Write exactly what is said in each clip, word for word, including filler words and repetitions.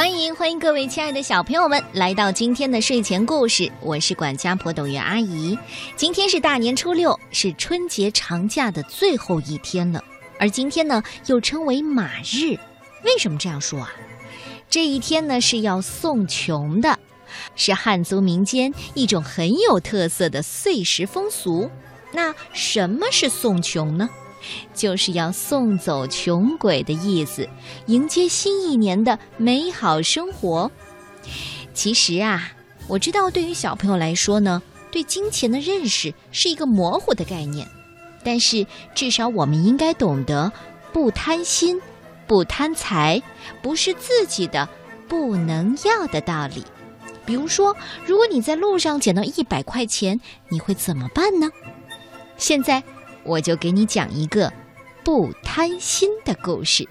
欢迎欢迎各位亲爱的小朋友们来到今天的睡前故事，我是管家婆董月阿姨。今天是大年初六，是春节长假的最后一天了，而今天呢又称为马日。为什么这样说啊？这一天呢是要送穷的，是汉族民间一种很有特色的岁时风俗。那什么是送穷呢？就是要送走穷鬼的意思，迎接新一年的美好生活。其实啊，我知道对于小朋友来说呢，对金钱的认识是一个模糊的概念，但是至少我们应该懂得不贪心、不贪财，不是自己的不能要的道理。比如说，如果你在路上捡到一百块钱，你会怎么办呢？现在我就给你讲一个不贪心的故事。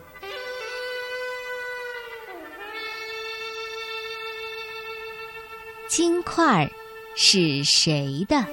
金块是谁的？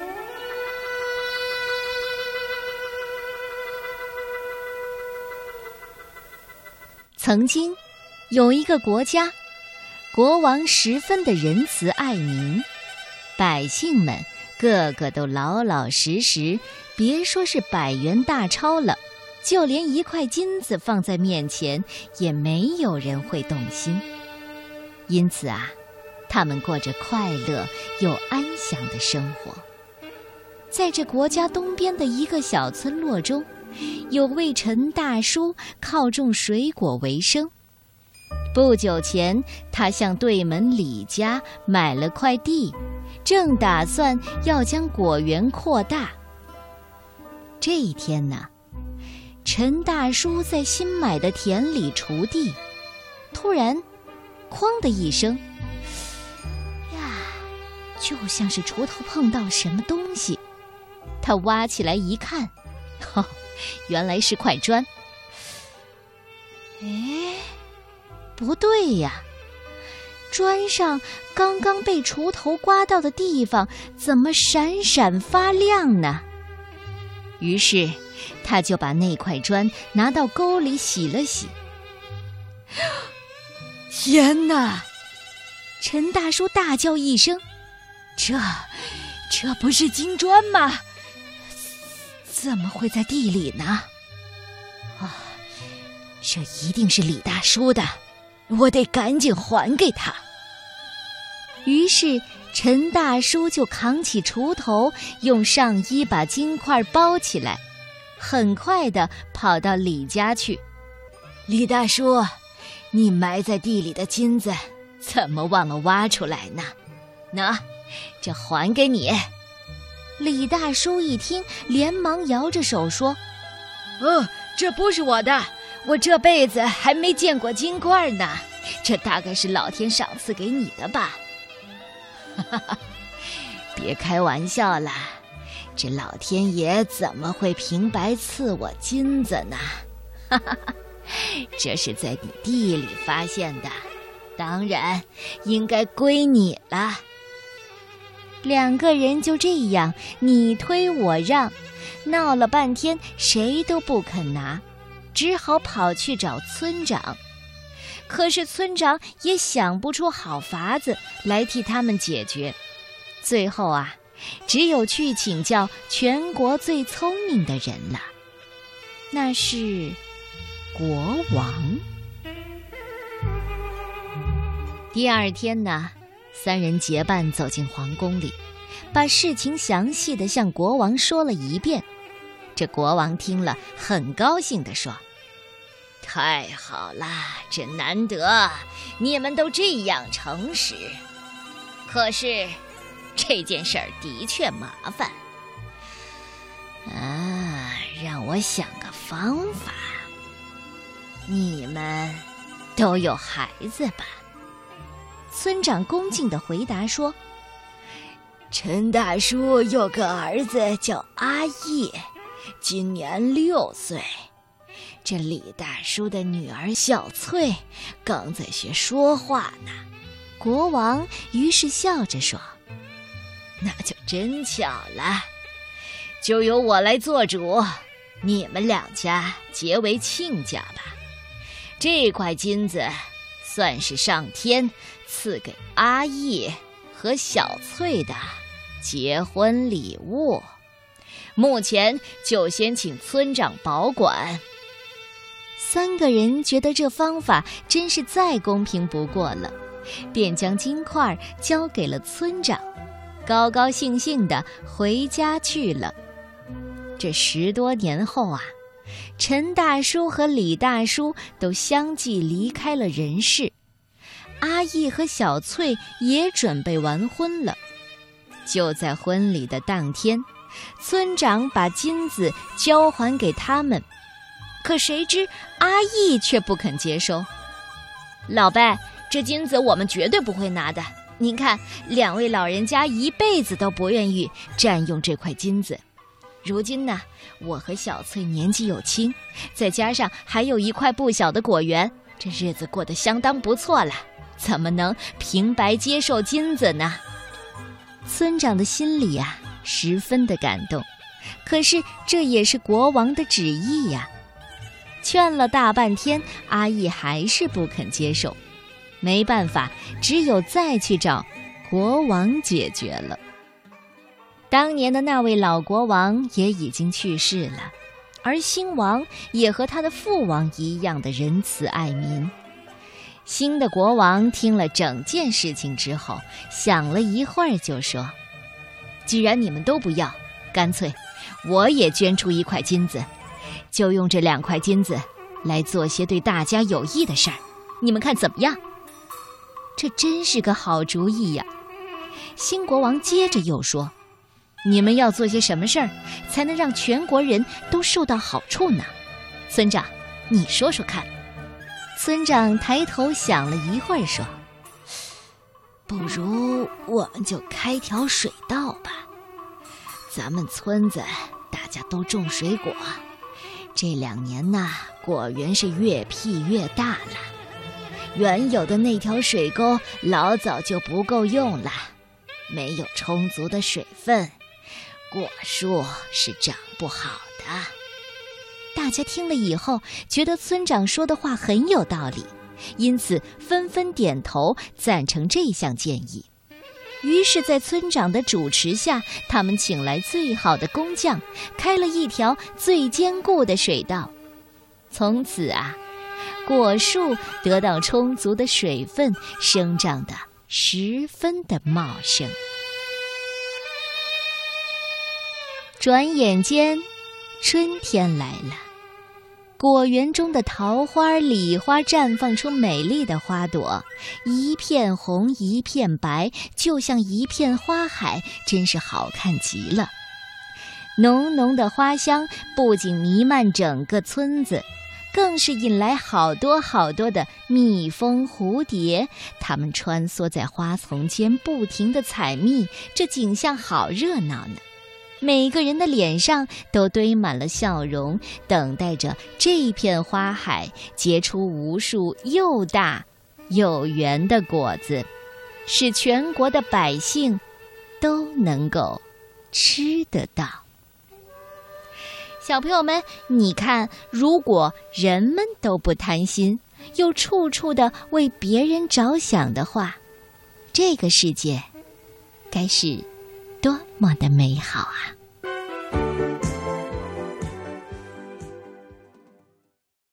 曾经有一个国家，国王十分的仁慈爱民，百姓们个个都老老实实，别说是百元大钞了，就连一块金子放在面前，也没有人会动心。因此啊，他们过着快乐又安详的生活。在这国家东边的一个小村落中，有位陈大叔靠种水果为生。不久前，他向对门李家买了块地，正打算要将果园扩大。这一天呢，陈大叔在新买的田里锄地，突然哐的一声，呀，就像是锄头碰到了什么东西。他挖起来一看，哦，原来是块砖。哎，不对呀，砖上刚刚被锄头刮到的地方怎么闪闪发亮呢？于是他就把那块砖拿到沟里洗了洗。天哪！陈大叔大叫一声，这这不是金砖吗？怎么会在地里呢？啊，这一定是李大叔的，我得赶紧还给他。于是陈大叔就扛起锄头，用上衣把金块包起来，很快地跑到李家去。李大叔，你埋在地里的金子怎么忘了挖出来呢？喏，这还给你。李大叔一听，连忙摇着手说：哦，这不是我的，我这辈子还没见过金块呢，这大概是老天赏赐给你的吧。哈哈，别开玩笑了，这老天爷怎么会平白赐我金子呢？哈哈，这是在你地里发现的，当然应该归你了。两个人就这样你推我让，闹了半天，谁都不肯拿，只好跑去找村长。可是村长也想不出好法子来替他们解决，最后啊，只有去请教全国最聪明的人了，那是国王。第二天呢，三人结伴走进皇宫里，把事情详细地向国王说了一遍。这国王听了很高兴地说：太好了，真难得你们都这样诚实。可是这件事儿的确麻烦啊，让我想个方法。你们都有孩子吧？村长恭敬地回答说：陈大叔有个儿子叫阿义，今年六岁。这李大叔的女儿小翠刚在学说话呢。国王于是笑着说：那就真巧了，就由我来做主，你们两家结为亲家吧。这块金子算是上天赐给阿义和小翠的结婚礼物。目前就先请村长保管。 三个人觉得这方法真是再公平不过了，便将金块交给了村长，高高兴兴地回家去了。这十多年后啊，陈大叔和李大叔都相继离开了人世，阿义和小翠也准备完婚了。就在婚礼的当天，村长把金子交还给他们，可谁知阿义却不肯接收。 老伯，这金子我们绝对不会拿的。您看，两位老人家一辈子都不愿意占用这块金子。如今呢，我和小翠年纪又轻，再加上还有一块不小的果园，这日子过得相当不错了，怎么能平白接受金子呢？ 村长的心里呀、啊，十分的感动，可是这也是国王的旨意呀、啊。劝了大半天，阿义还是不肯接受。没办法，只有再去找国王解决了。当年的那位老国王也已经去世了，而新王也和他的父王一样的仁慈爱民。新的国王听了整件事情之后，想了一会儿就说： 既然你们都不要，干脆我也捐出一块金子，就用这两块金子来做些对大家有益的事儿，你们看怎么样？ 这真是个好主意呀！新国王接着又说：你们要做些什么事儿，才能让全国人都受到好处呢？村长，你说说看。村长抬头想了一会儿说：不如我们就开条水道吧。咱们村子大家都种水果，这两年呐，果园是越辟越大了，原有的那条水沟老早就不够用了，没有充足的水分，果树是长不好的。大家听了以后，觉得村长说的话很有道理，因此纷纷点头赞成这项建议。于是在村长的主持下，他们请来最好的工匠，开了一条最坚固的水道。从此啊，果树得到充足的水分，生长得十分的茂盛。转眼间，春天来了，果园中的桃花、李花绽放出美丽的花朵，一片红一片白，就像一片花海，真是好看极了。浓浓的花香不仅弥漫整个村子，更是引来好多好多的蜜蜂、蝴蝶，它们穿梭在花丛间，不停地采蜜，这景象好热闹呢。每个人的脸上都堆满了笑容，等待着这片花海结出无数又大又圆的果子，使全国的百姓都能够吃得到。小朋友们，你看，如果人们都不贪心，又处处的为别人着想的话，这个世界该是多么的美好啊！